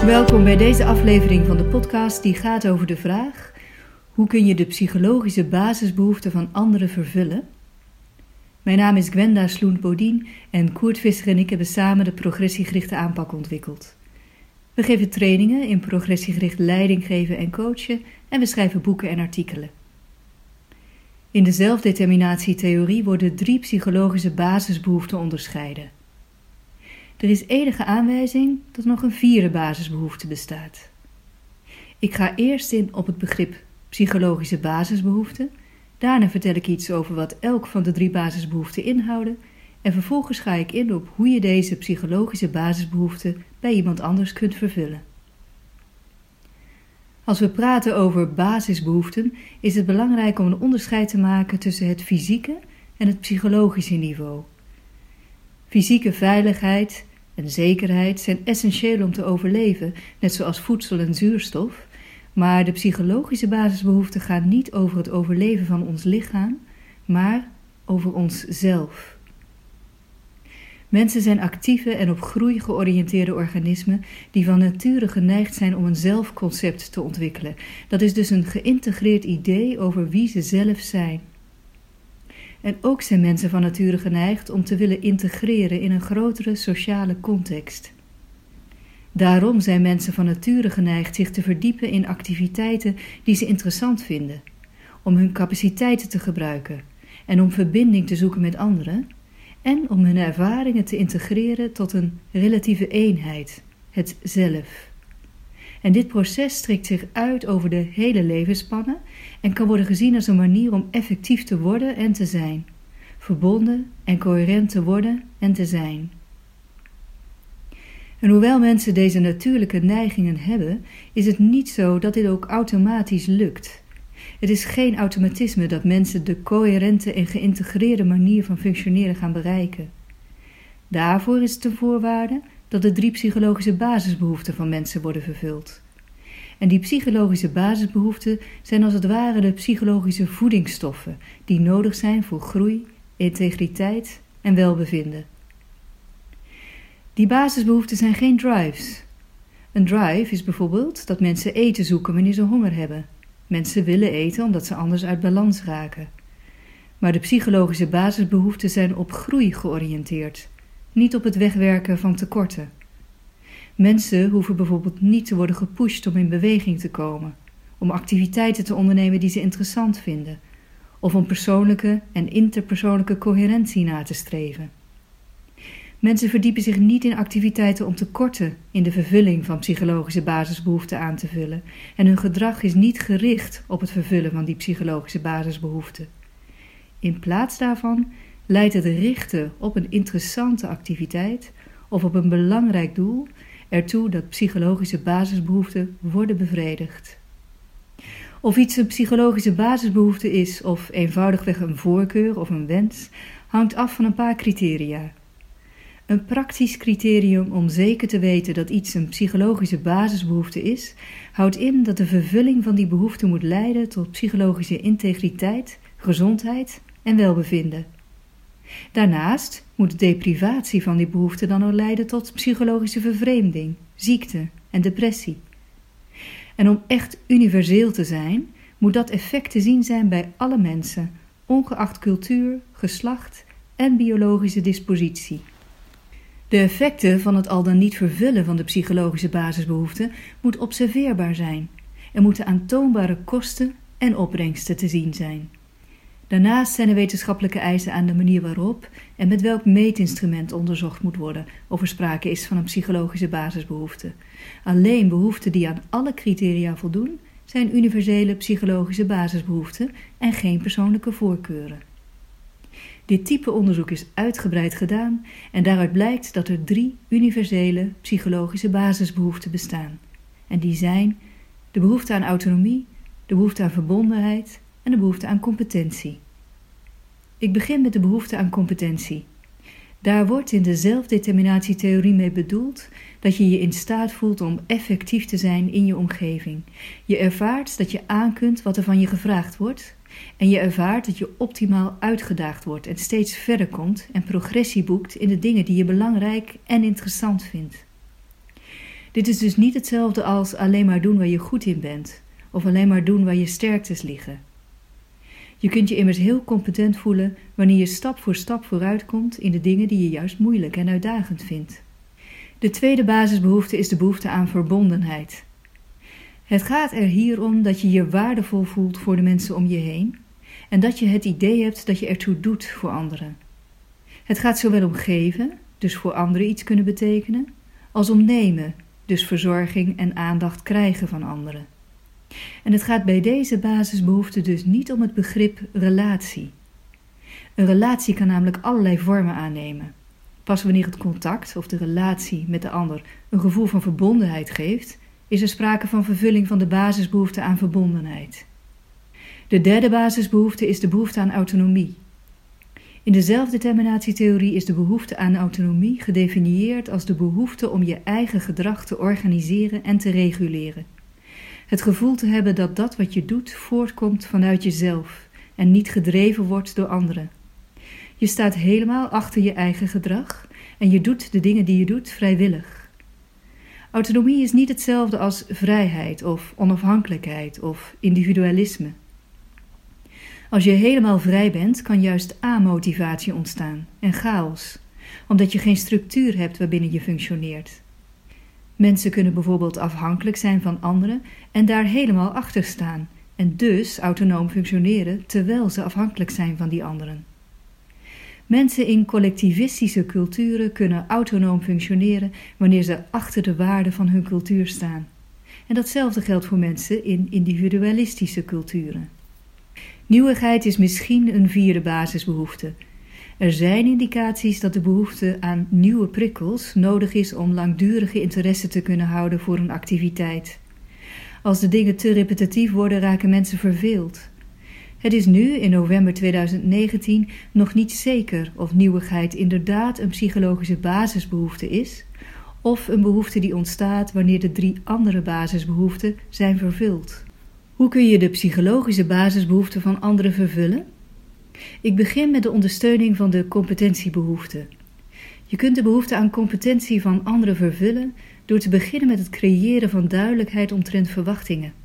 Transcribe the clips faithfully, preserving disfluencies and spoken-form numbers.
Welkom bij deze aflevering van de podcast die gaat over de vraag: hoe kun je de psychologische basisbehoeften van anderen vervullen? Mijn naam is Gwenda Sloent-Bodien en Koert Visser en ik hebben samen de progressiegerichte aanpak ontwikkeld. We geven trainingen in progressiegericht leiding geven en coachen en we schrijven boeken en artikelen. In de zelfdeterminatietheorie worden drie psychologische basisbehoeften onderscheiden. Er is enige aanwijzing dat nog een vierde basisbehoefte bestaat. Ik ga eerst in op het begrip psychologische basisbehoeften, daarna vertel ik iets over wat elk van de drie basisbehoeften inhouden en vervolgens ga ik in op hoe je deze psychologische basisbehoeften bij iemand anders kunt vervullen. Als we praten over basisbehoeften is het belangrijk om een onderscheid te maken tussen het fysieke en het psychologische niveau. Fysieke veiligheid en zekerheid zijn essentieel om te overleven, net zoals voedsel en zuurstof, maar de psychologische basisbehoeften gaan niet over het overleven van ons lichaam, maar over onszelf. Mensen zijn actieve en op groei georiënteerde organismen die van nature geneigd zijn om een zelfconcept te ontwikkelen. Dat is dus een geïntegreerd idee over wie ze zelf zijn. En ook zijn mensen van nature geneigd om te willen integreren in een grotere sociale context. Daarom zijn mensen van nature geneigd zich te verdiepen in activiteiten die ze interessant vinden, om hun capaciteiten te gebruiken en om verbinding te zoeken met anderen en om hun ervaringen te integreren tot een relatieve eenheid, het zelf. En dit proces strekt zich uit over de hele levensspanne en kan worden gezien als een manier om effectief te worden en te zijn, verbonden en coherent te worden en te zijn. En hoewel mensen deze natuurlijke neigingen hebben, is het niet zo dat dit ook automatisch lukt. Het is geen automatisme dat mensen de coherente en geïntegreerde manier van functioneren gaan bereiken. Daarvoor is het een voorwaarde dat de drie psychologische basisbehoeften van mensen worden vervuld. En die psychologische basisbehoeften zijn als het ware de psychologische voedingsstoffen die nodig zijn voor groei, integriteit en welbevinden. Die basisbehoeften zijn geen drives. Een drive is bijvoorbeeld dat mensen eten zoeken wanneer ze honger hebben. Mensen willen eten omdat ze anders uit balans raken. Maar de psychologische basisbehoeften zijn op groei georiënteerd, niet op het wegwerken van tekorten. Mensen hoeven bijvoorbeeld niet te worden gepusht om in beweging te komen, om activiteiten te ondernemen die ze interessant vinden, of om persoonlijke en interpersoonlijke coherentie na te streven. Mensen verdiepen zich niet in activiteiten om tekorten in de vervulling van psychologische basisbehoeften aan te vullen en hun gedrag is niet gericht op het vervullen van die psychologische basisbehoeften. In plaats daarvan leidt het richten op een interessante activiteit of op een belangrijk doel ertoe dat psychologische basisbehoeften worden bevredigd. Of iets een psychologische basisbehoefte is of eenvoudigweg een voorkeur of een wens, hangt af van een paar criteria. Een praktisch criterium om zeker te weten dat iets een psychologische basisbehoefte is, houdt in dat de vervulling van die behoefte moet leiden tot psychologische integriteit, gezondheid en welbevinden. Daarnaast moet deprivatie van die behoefte dan ook leiden tot psychologische vervreemding, ziekte en depressie. En om echt universeel te zijn, moet dat effect te zien zijn bij alle mensen, ongeacht cultuur, geslacht en biologische dispositie. De effecten van het al dan niet vervullen van de psychologische basisbehoeften moet observeerbaar zijn. Er moeten aantoonbare kosten en opbrengsten te zien zijn. Daarnaast zijn er wetenschappelijke eisen aan de manier waarop en met welk meetinstrument onderzocht moet worden of er sprake is van een psychologische basisbehoefte. Alleen behoeften die aan alle criteria voldoen, zijn universele psychologische basisbehoeften en geen persoonlijke voorkeuren. Dit type onderzoek is uitgebreid gedaan en daaruit blijkt dat er drie universele psychologische basisbehoeften bestaan. En die zijn de behoefte aan autonomie, de behoefte aan verbondenheid en de behoefte aan competentie. Ik begin met de behoefte aan competentie. Daar wordt in de zelfdeterminatietheorie mee bedoeld dat je je in staat voelt om effectief te zijn in je omgeving. Je ervaart dat je aan kunt wat er van je gevraagd wordt en je ervaart dat je optimaal uitgedaagd wordt en steeds verder komt en progressie boekt in de dingen die je belangrijk en interessant vindt. Dit is dus niet hetzelfde als alleen maar doen waar je goed in bent, of alleen maar doen waar je sterktes liggen. Je kunt je immers heel competent voelen wanneer je stap voor stap vooruitkomt in de dingen die je juist moeilijk en uitdagend vindt. De tweede basisbehoefte is de behoefte aan verbondenheid. Het gaat er hier om dat je je waardevol voelt voor de mensen om je heen en dat je het idee hebt dat je ertoe doet voor anderen. Het gaat zowel om geven, dus voor anderen iets kunnen betekenen, als om nemen, dus verzorging en aandacht krijgen van anderen. En het gaat bij deze basisbehoefte dus niet om het begrip relatie. Een relatie kan namelijk allerlei vormen aannemen. Pas wanneer het contact of de relatie met de ander een gevoel van verbondenheid geeft, is er sprake van vervulling van de basisbehoefte aan verbondenheid. De derde basisbehoefte is de behoefte aan autonomie. In de zelfdeterminatietheorie is de behoefte aan autonomie gedefinieerd als de behoefte om je eigen gedrag te organiseren en te reguleren. Het gevoel te hebben dat dat wat je doet voortkomt vanuit jezelf en niet gedreven wordt door anderen. Je staat helemaal achter je eigen gedrag en je doet de dingen die je doet vrijwillig. Autonomie is niet hetzelfde als vrijheid of onafhankelijkheid of individualisme. Als je helemaal vrij bent, kan juist amotivatie ontstaan en chaos, omdat je geen structuur hebt waarbinnen je functioneert. Mensen kunnen bijvoorbeeld afhankelijk zijn van anderen en daar helemaal achter staan en dus autonoom functioneren terwijl ze afhankelijk zijn van die anderen. Mensen in collectivistische culturen kunnen autonoom functioneren wanneer ze achter de waarden van hun cultuur staan. En datzelfde geldt voor mensen in individualistische culturen. Nieuwigheid is misschien een vierde basisbehoefte. Er zijn indicaties dat de behoefte aan nieuwe prikkels nodig is om langdurige interesse te kunnen houden voor een activiteit. Als de dingen te repetitief worden, raken mensen verveeld. Het is nu, in november tweeduizend negentien, nog niet zeker of nieuwigheid inderdaad een psychologische basisbehoefte is, of een behoefte die ontstaat wanneer de drie andere basisbehoeften zijn vervuld. Hoe kun je de psychologische basisbehoeften van anderen vervullen? Ik begin met de ondersteuning van de competentiebehoefte. Je kunt de behoefte aan competentie van anderen vervullen door te beginnen met het creëren van duidelijkheid omtrent verwachtingen.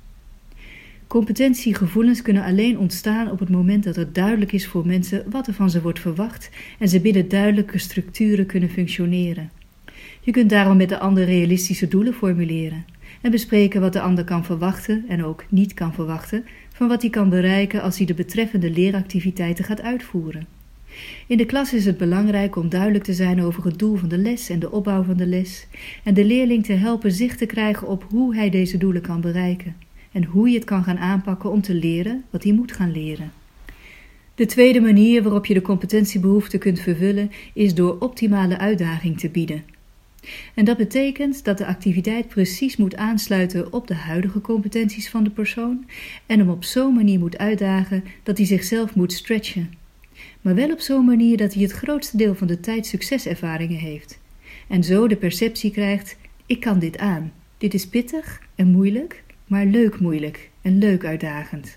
Competentiegevoelens kunnen alleen ontstaan op het moment dat het duidelijk is voor mensen wat er van ze wordt verwacht en ze binnen duidelijke structuren kunnen functioneren. Je kunt daarom met de ander realistische doelen formuleren en bespreken wat de ander kan verwachten en ook niet kan verwachten van wat hij kan bereiken als hij de betreffende leeractiviteiten gaat uitvoeren. In de klas is het belangrijk om duidelijk te zijn over het doel van de les en de opbouw van de les en de leerling te helpen zicht te krijgen op hoe hij deze doelen kan bereiken en hoe je het kan gaan aanpakken om te leren wat hij moet gaan leren. De tweede manier waarop je de competentiebehoefte kunt vervullen is door optimale uitdaging te bieden. En dat betekent dat de activiteit precies moet aansluiten op de huidige competenties van de persoon en hem op zo'n manier moet uitdagen dat hij zichzelf moet stretchen. Maar wel op zo'n manier dat hij het grootste deel van de tijd succeservaringen heeft. En zo de perceptie krijgt, ik kan dit aan. Dit is pittig en moeilijk, maar leuk moeilijk en leuk uitdagend.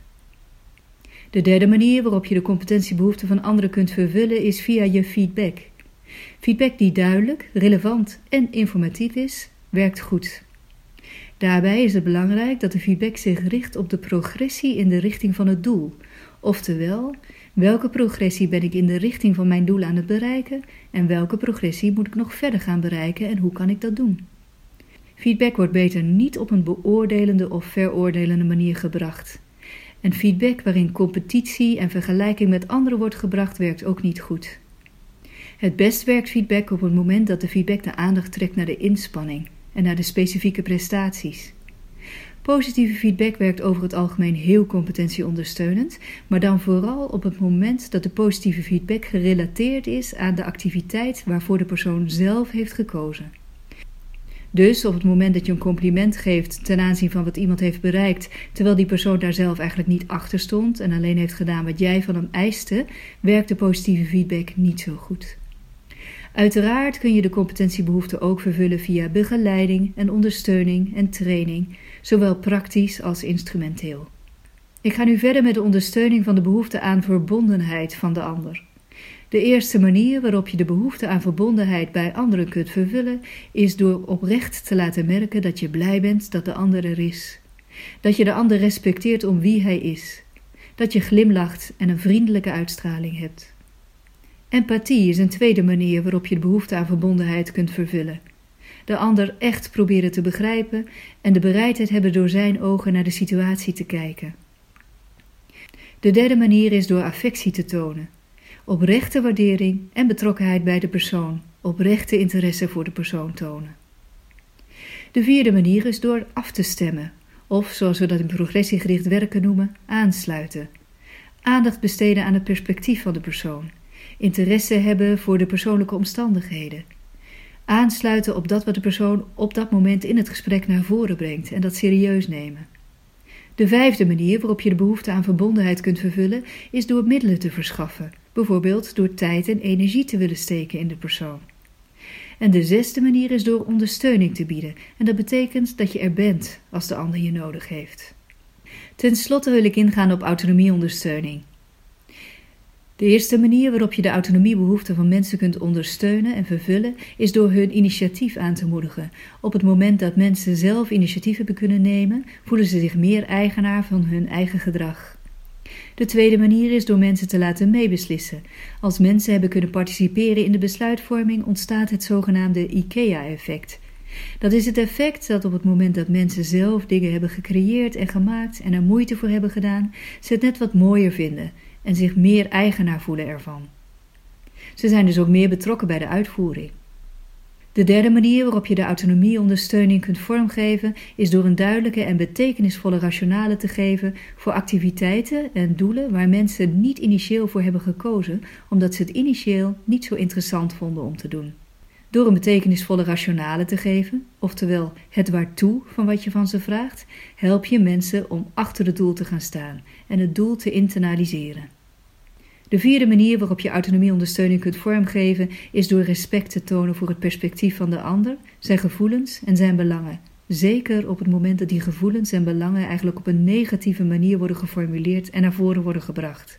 De derde manier waarop je de competentiebehoeften van anderen kunt vervullen is via je feedback. Feedback die duidelijk, relevant en informatief is, werkt goed. Daarbij is het belangrijk dat de feedback zich richt op de progressie in de richting van het doel. Oftewel, welke progressie ben ik in de richting van mijn doel aan het bereiken en welke progressie moet ik nog verder gaan bereiken en hoe kan ik dat doen? Feedback wordt beter niet op een beoordelende of veroordelende manier gebracht. En feedback waarin competitie en vergelijking met anderen wordt gebracht, werkt ook niet goed. Het best werkt feedback op het moment dat de feedback de aandacht trekt naar de inspanning en naar de specifieke prestaties. Positieve feedback werkt over het algemeen heel competentieondersteunend, maar dan vooral op het moment dat de positieve feedback gerelateerd is aan de activiteit waarvoor de persoon zelf heeft gekozen. Dus op het moment dat je een compliment geeft ten aanzien van wat iemand heeft bereikt, terwijl die persoon daar zelf eigenlijk niet achter stond en alleen heeft gedaan wat jij van hem eiste, werkt de positieve feedback niet zo goed. Uiteraard kun je de competentiebehoefte ook vervullen via begeleiding en ondersteuning en training, zowel praktisch als instrumenteel. Ik ga nu verder met de ondersteuning van de behoefte aan verbondenheid van de ander. De eerste manier waarop je de behoefte aan verbondenheid bij anderen kunt vervullen, is door oprecht te laten merken dat je blij bent dat de ander er is. Dat je de ander respecteert om wie hij is. Dat je glimlacht en een vriendelijke uitstraling hebt. Empathie is een tweede manier waarop je de behoefte aan verbondenheid kunt vervullen. De ander echt proberen te begrijpen en de bereidheid hebben door zijn ogen naar de situatie te kijken. De derde manier is door affectie te tonen. Oprechte waardering en betrokkenheid bij de persoon. Oprechte interesse voor de persoon tonen. De vierde manier is door af te stemmen. Of, zoals we dat in progressiegericht werken noemen, aansluiten. Aandacht besteden aan het perspectief van de persoon. Interesse hebben voor de persoonlijke omstandigheden. Aansluiten op dat wat de persoon op dat moment in het gesprek naar voren brengt en dat serieus nemen. De vijfde manier waarop je de behoefte aan verbondenheid kunt vervullen is door middelen te verschaffen, bijvoorbeeld door tijd en energie te willen steken in de persoon. En de zesde manier is door ondersteuning te bieden en dat betekent dat je er bent als de ander je nodig heeft. Ten slotte wil ik ingaan op autonomieondersteuning. De eerste manier waarop je de autonomiebehoeften van mensen kunt ondersteunen en vervullen is door hun initiatief aan te moedigen. Op het moment dat mensen zelf initiatief hebben kunnen nemen, voelen ze zich meer eigenaar van hun eigen gedrag. De tweede manier is door mensen te laten meebeslissen. Als mensen hebben kunnen participeren in de besluitvorming ontstaat het zogenaamde IKEA-effect. Dat is het effect dat op het moment dat mensen zelf dingen hebben gecreëerd en gemaakt en er moeite voor hebben gedaan, ze het net wat mooier vinden en zich meer eigenaar voelen ervan. Ze zijn dus ook meer betrokken bij de uitvoering. De derde manier waarop je de autonomieondersteuning kunt vormgeven is door een duidelijke en betekenisvolle rationale te geven voor activiteiten en doelen waar mensen niet initieel voor hebben gekozen, omdat ze het initieel niet zo interessant vonden om te doen. Door een betekenisvolle rationale te geven, oftewel het waartoe van wat je van ze vraagt, help je mensen om achter het doel te gaan staan en het doel te internaliseren. De vierde manier waarop je autonomieondersteuning kunt vormgeven is door respect te tonen voor het perspectief van de ander, zijn gevoelens en zijn belangen. Zeker op het moment dat die gevoelens en belangen eigenlijk op een negatieve manier worden geformuleerd en naar voren worden gebracht.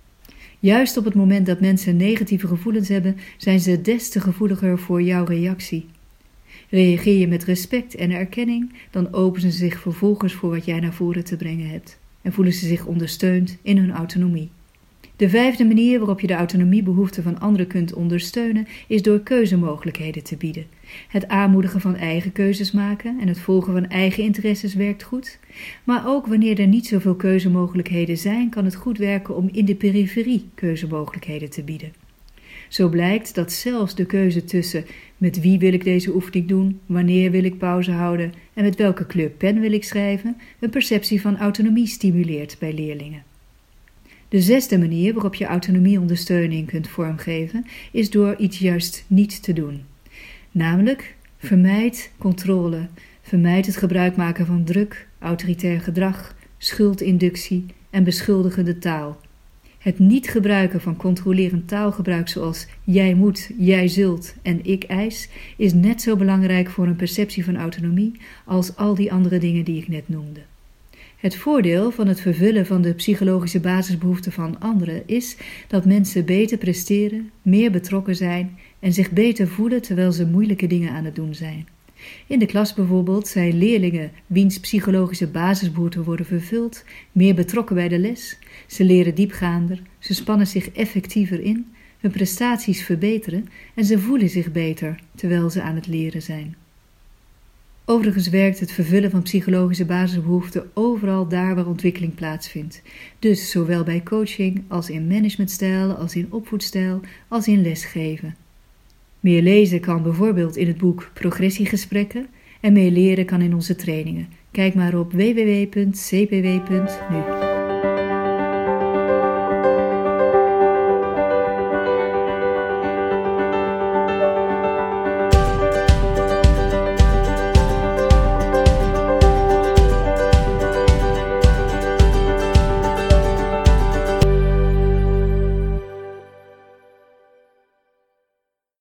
Juist op het moment dat mensen negatieve gevoelens hebben, zijn ze des te gevoeliger voor jouw reactie. Reageer je met respect en erkenning, dan openen ze zich vervolgens voor wat jij naar voren te brengen hebt en voelen ze zich ondersteund in hun autonomie. De vijfde manier waarop je de autonomiebehoeften van anderen kunt ondersteunen is door keuzemogelijkheden te bieden. Het aanmoedigen van eigen keuzes maken en het volgen van eigen interesses werkt goed. Maar ook wanneer er niet zoveel keuzemogelijkheden zijn, kan het goed werken om in de periferie keuzemogelijkheden te bieden. Zo blijkt dat zelfs de keuze tussen met wie wil ik deze oefening doen, wanneer wil ik pauze houden en met welke kleur pen wil ik schrijven, een perceptie van autonomie stimuleert bij leerlingen. De zesde manier waarop je autonomieondersteuning kunt vormgeven is door iets juist niet te doen. Namelijk, vermijd controle, vermijd het gebruik maken van druk, autoritair gedrag, schuldinductie en beschuldigende taal. Het niet gebruiken van controlerend taalgebruik zoals jij moet, jij zult en ik eis is net zo belangrijk voor een perceptie van autonomie als al die andere dingen die ik net noemde. Het voordeel van het vervullen van de psychologische basisbehoeften van anderen is dat mensen beter presteren, meer betrokken zijn en zich beter voelen terwijl ze moeilijke dingen aan het doen zijn. In de klas bijvoorbeeld zijn leerlingen wiens psychologische basisbehoeften worden vervuld, meer betrokken bij de les, ze leren diepgaander, ze spannen zich effectiever in, hun prestaties verbeteren en ze voelen zich beter terwijl ze aan het leren zijn. Overigens werkt het vervullen van psychologische basisbehoeften overal daar waar ontwikkeling plaatsvindt. Dus zowel bij coaching als in managementstijl, als in opvoedstijl, als in lesgeven. Meer lezen kan bijvoorbeeld in het boek Progressiegesprekken en meer leren kan in onze trainingen. Kijk maar op w w w punt c p w punt n u.